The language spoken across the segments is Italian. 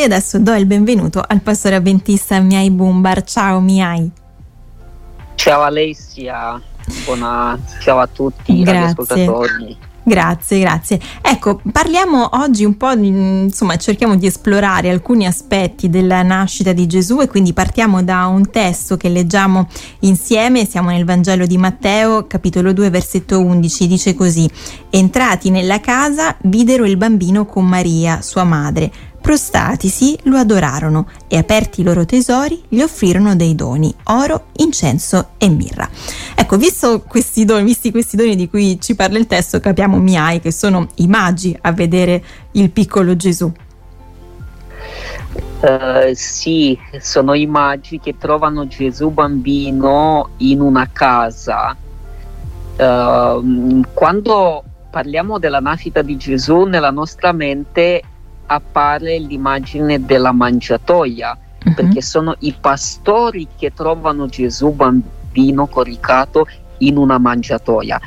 adesso do il benvenuto al pastore avventista Mihai Bumbar. Ciao Mihai. Ciao Alessia, ciao a tutti gli ascoltatori. Grazie. Ecco, parliamo oggi un po', cerchiamo di esplorare alcuni aspetti della nascita di Gesù e quindi partiamo da un testo che leggiamo insieme. Siamo nel Vangelo di Matteo, capitolo 2, versetto 11, dice così: entrati nella casa, videro il bambino con Maria, sua madre. Prostatisi, lo adorarono e aperti i loro tesori gli offrirono dei doni, oro, incenso e mirra. Ecco, visti questi doni di cui ci parla il testo, capiamo, Mihai, che sono i magi a vedere il piccolo Gesù. Sì, sono i magi che trovano Gesù bambino in una casa. Quando parliamo della nascita di Gesù, nella nostra mente appare l'immagine della mangiatoia, perché sono i pastori che trovano Gesù bambino coricato in una mangiatoia.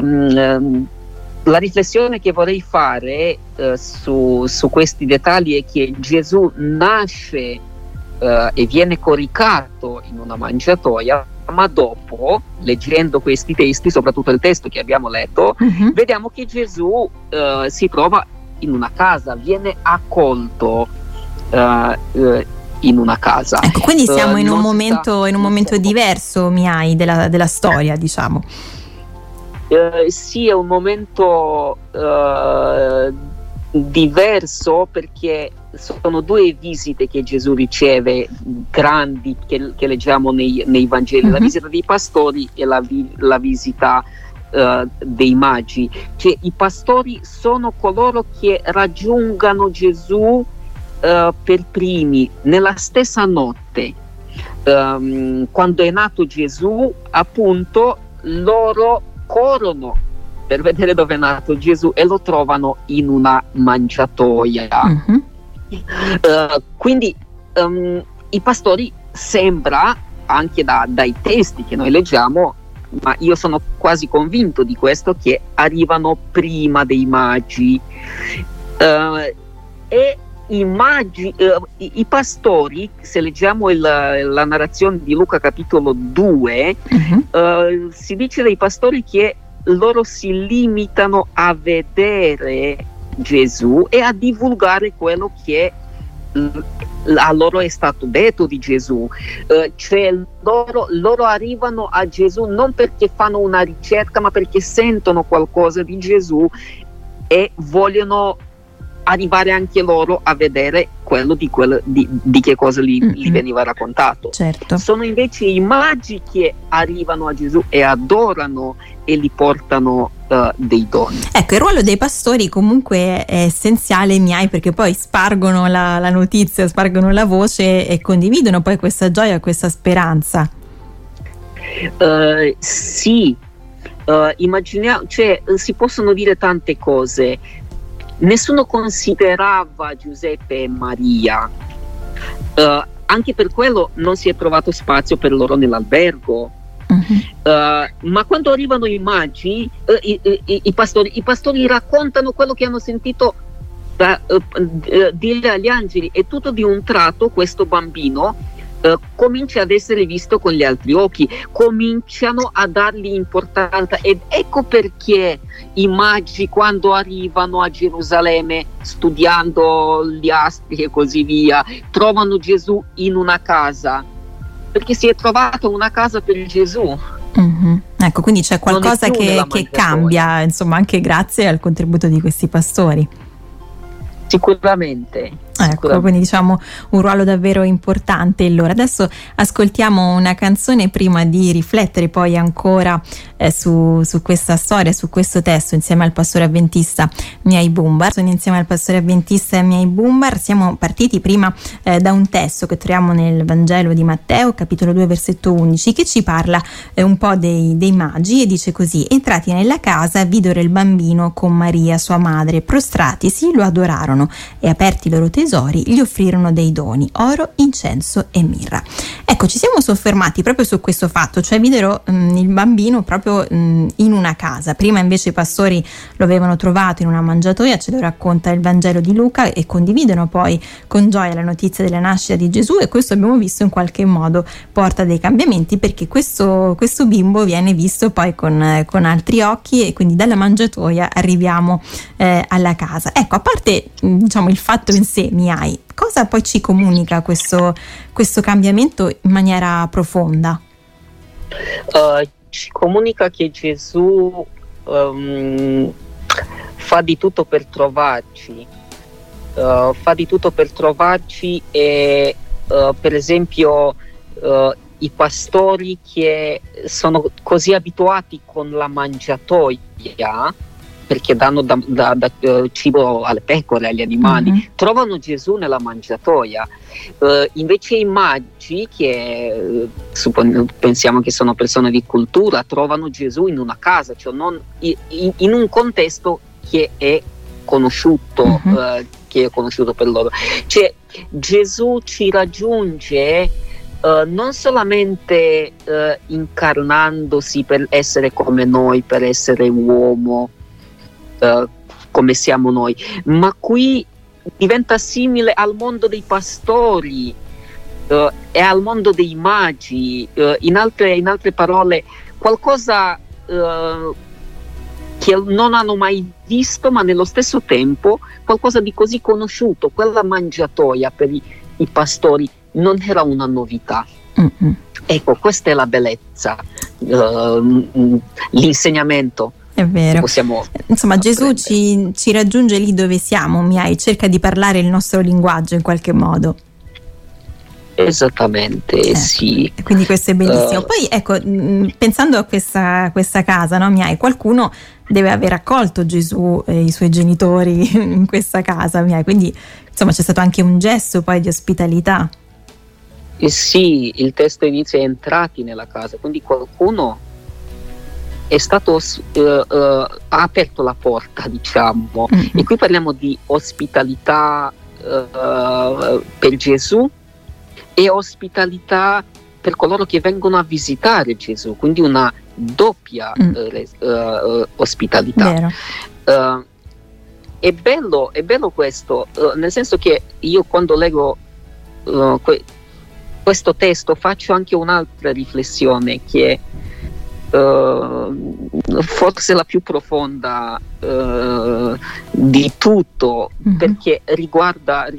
La riflessione che vorrei fare su questi dettagli è che Gesù nasce e viene coricato in una mangiatoia, ma dopo, leggendo questi testi, soprattutto il testo che abbiamo letto, vediamo che Gesù si trova in una casa, viene accolto in una casa. Ecco, quindi siamo in un momento diverso, Mihai, della storia, diciamo. Sì, è un momento diverso, perché sono due visite che Gesù riceve grandi, che leggiamo nei Vangeli, la visita dei pastori e la visita dei magi. Cioè, i pastori sono coloro che raggiungano Gesù per primi nella stessa notte. Quando è nato Gesù, appunto, loro corrono per vedere dove è nato Gesù e lo trovano in una mangiatoia. Quindi i pastori, sembra anche dai testi che noi leggiamo, ma io sono quasi convinto di questo, che arrivano prima dei magi. E i pastori, se leggiamo la narrazione di Luca capitolo 2, si dice dei pastori che loro si limitano a vedere Gesù e a divulgare quello che a loro è stato detto di Gesù. Cioè loro arrivano a Gesù non perché fanno una ricerca, ma perché sentono qualcosa di Gesù e vogliono arrivare anche loro a vedere di che cosa gli veniva raccontato. Certo. Sono invece i magi che arrivano a Gesù e adorano e gli portano dei doni. Ecco, il ruolo dei pastori comunque è essenziale, Mihai, perché poi spargono la notizia, spargono la voce e condividono poi questa gioia, questa speranza. Sì, immaginiamo, cioè si possono dire tante cose. Nessuno considerava Giuseppe e Maria, anche per quello non si è trovato spazio per loro nell'albergo. Ma quando arrivano i magi, i pastori raccontano quello che hanno sentito dire agli angeli, e tutto di un tratto questo bambino comincia ad essere visto con gli altri occhi, cominciano a dargli importanza, ed ecco perché i magi, quando arrivano a Gerusalemme studiando gli astri e così via, trovano Gesù in una casa, perché si è trovata una casa per Gesù. Ecco, quindi c'è qualcosa che cambia, insomma, anche grazie al contributo di questi pastori. Sicuramente. Ecco, quindi diciamo un ruolo davvero importante. Allora, adesso ascoltiamo una canzone prima di riflettere poi ancora su questa storia, su questo testo, insieme al pastore avventista Mihai Bumbar. Insieme al pastore avventista Mihai Bumbar siamo partiti prima da un testo che troviamo nel Vangelo di Matteo, capitolo 2, versetto 11, che ci parla un po' dei magi, e dice così: entrati nella casa, videro il bambino con Maria, sua madre, prostratisi, lo adorarono e aperti i loro tesori tesori gli offrirono dei doni, oro, incenso e mirra. Ecco, ci siamo soffermati proprio su questo fatto, cioè videro il bambino proprio in una casa. Prima invece i pastori lo avevano trovato in una mangiatoia, ce lo racconta il Vangelo di Luca, e condividono poi con gioia la notizia della nascita di Gesù, e questo abbiamo visto in qualche modo porta dei cambiamenti, perché questo bimbo viene visto poi con altri occhi, e quindi dalla mangiatoia arriviamo alla casa. Ecco, a parte diciamo il fatto in sé, Mihai, cosa poi ci comunica questo cambiamento in maniera profonda? Ci comunica che Gesù fa di tutto per trovarci, e per esempio i pastori che sono così abituati con la mangiatoia, perché danno cibo alle pecore, agli animali, trovano Gesù nella mangiatoia. Invece i magi, che pensiamo che sono persone di cultura, trovano Gesù in una casa, cioè non in un contesto che è conosciuto, per loro. Cioè Gesù ci raggiunge non solamente incarnandosi per essere come noi, per essere uomo, come siamo noi, ma qui diventa simile al mondo dei pastori e al mondo dei magi, in altre parole qualcosa che non hanno mai visto, ma nello stesso tempo qualcosa di così conosciuto. Quella mangiatoia per i pastori non era una novità. Ecco, questa è la bellezza, l'insegnamento. È vero. Insomma, Gesù ci raggiunge lì dove siamo, Mihai, cerca di parlare il nostro linguaggio in qualche modo. Esattamente, sì. Quindi questo è bellissimo. Poi ecco, pensando a questa casa, no, Mihai, qualcuno deve aver accolto Gesù e i suoi genitori in questa casa, Mihai, quindi insomma c'è stato anche un gesto poi di ospitalità. Sì, il testo inizia entrati nella casa, quindi qualcuno è stato ha aperto la porta, diciamo. E qui parliamo di ospitalità per Gesù e ospitalità per coloro che vengono a visitare Gesù, quindi una doppia ospitalità. È bello questo, nel senso che io quando leggo questo testo faccio anche un'altra riflessione che forse la più profonda di tutto, perché riguarda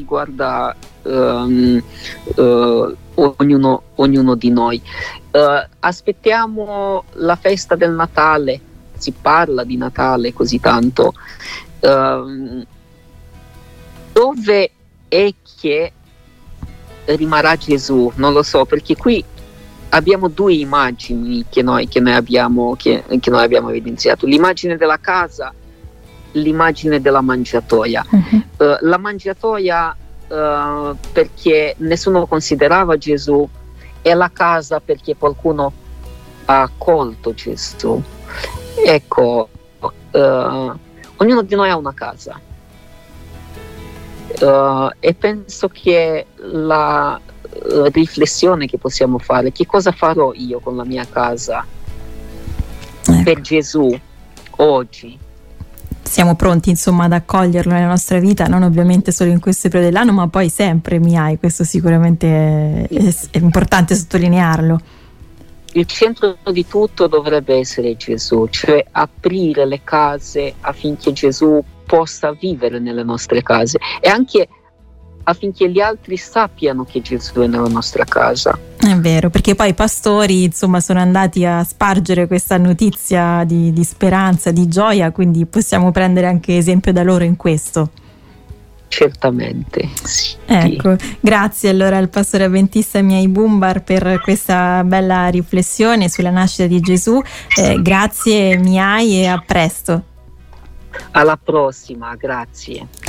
ognuno di noi. Aspettiamo la festa del Natale, si parla di Natale così tanto, dove è che rimarrà Gesù? Non lo so, perché qui abbiamo due immagini che noi abbiamo evidenziato: l'immagine della casa, l'immagine della mangiatoia. La mangiatoia perché nessuno considerava Gesù, e la casa perché qualcuno ha accolto Gesù. Ecco, ognuno di noi ha una casa, e penso che la riflessione che possiamo fare: che cosa farò io con la mia casa per Gesù oggi? Siamo pronti insomma ad accoglierlo nella nostra vita, non ovviamente solo in questo periodo dell'anno, ma poi sempre, Mihai, questo sicuramente è importante sottolinearlo. Il centro di tutto dovrebbe essere Gesù, cioè aprire le case affinché Gesù possa vivere nelle nostre case, e anche affinché gli altri sappiano che Gesù è nella nostra casa. È vero, perché poi i pastori insomma sono andati a spargere questa notizia di speranza, di gioia, quindi possiamo prendere anche esempio da loro in questo. Certamente, sì. Ecco, grazie allora al pastore avventista Mihai Bumbar per questa bella riflessione sulla nascita di Gesù. Grazie Mihai, e a presto. Alla prossima, grazie.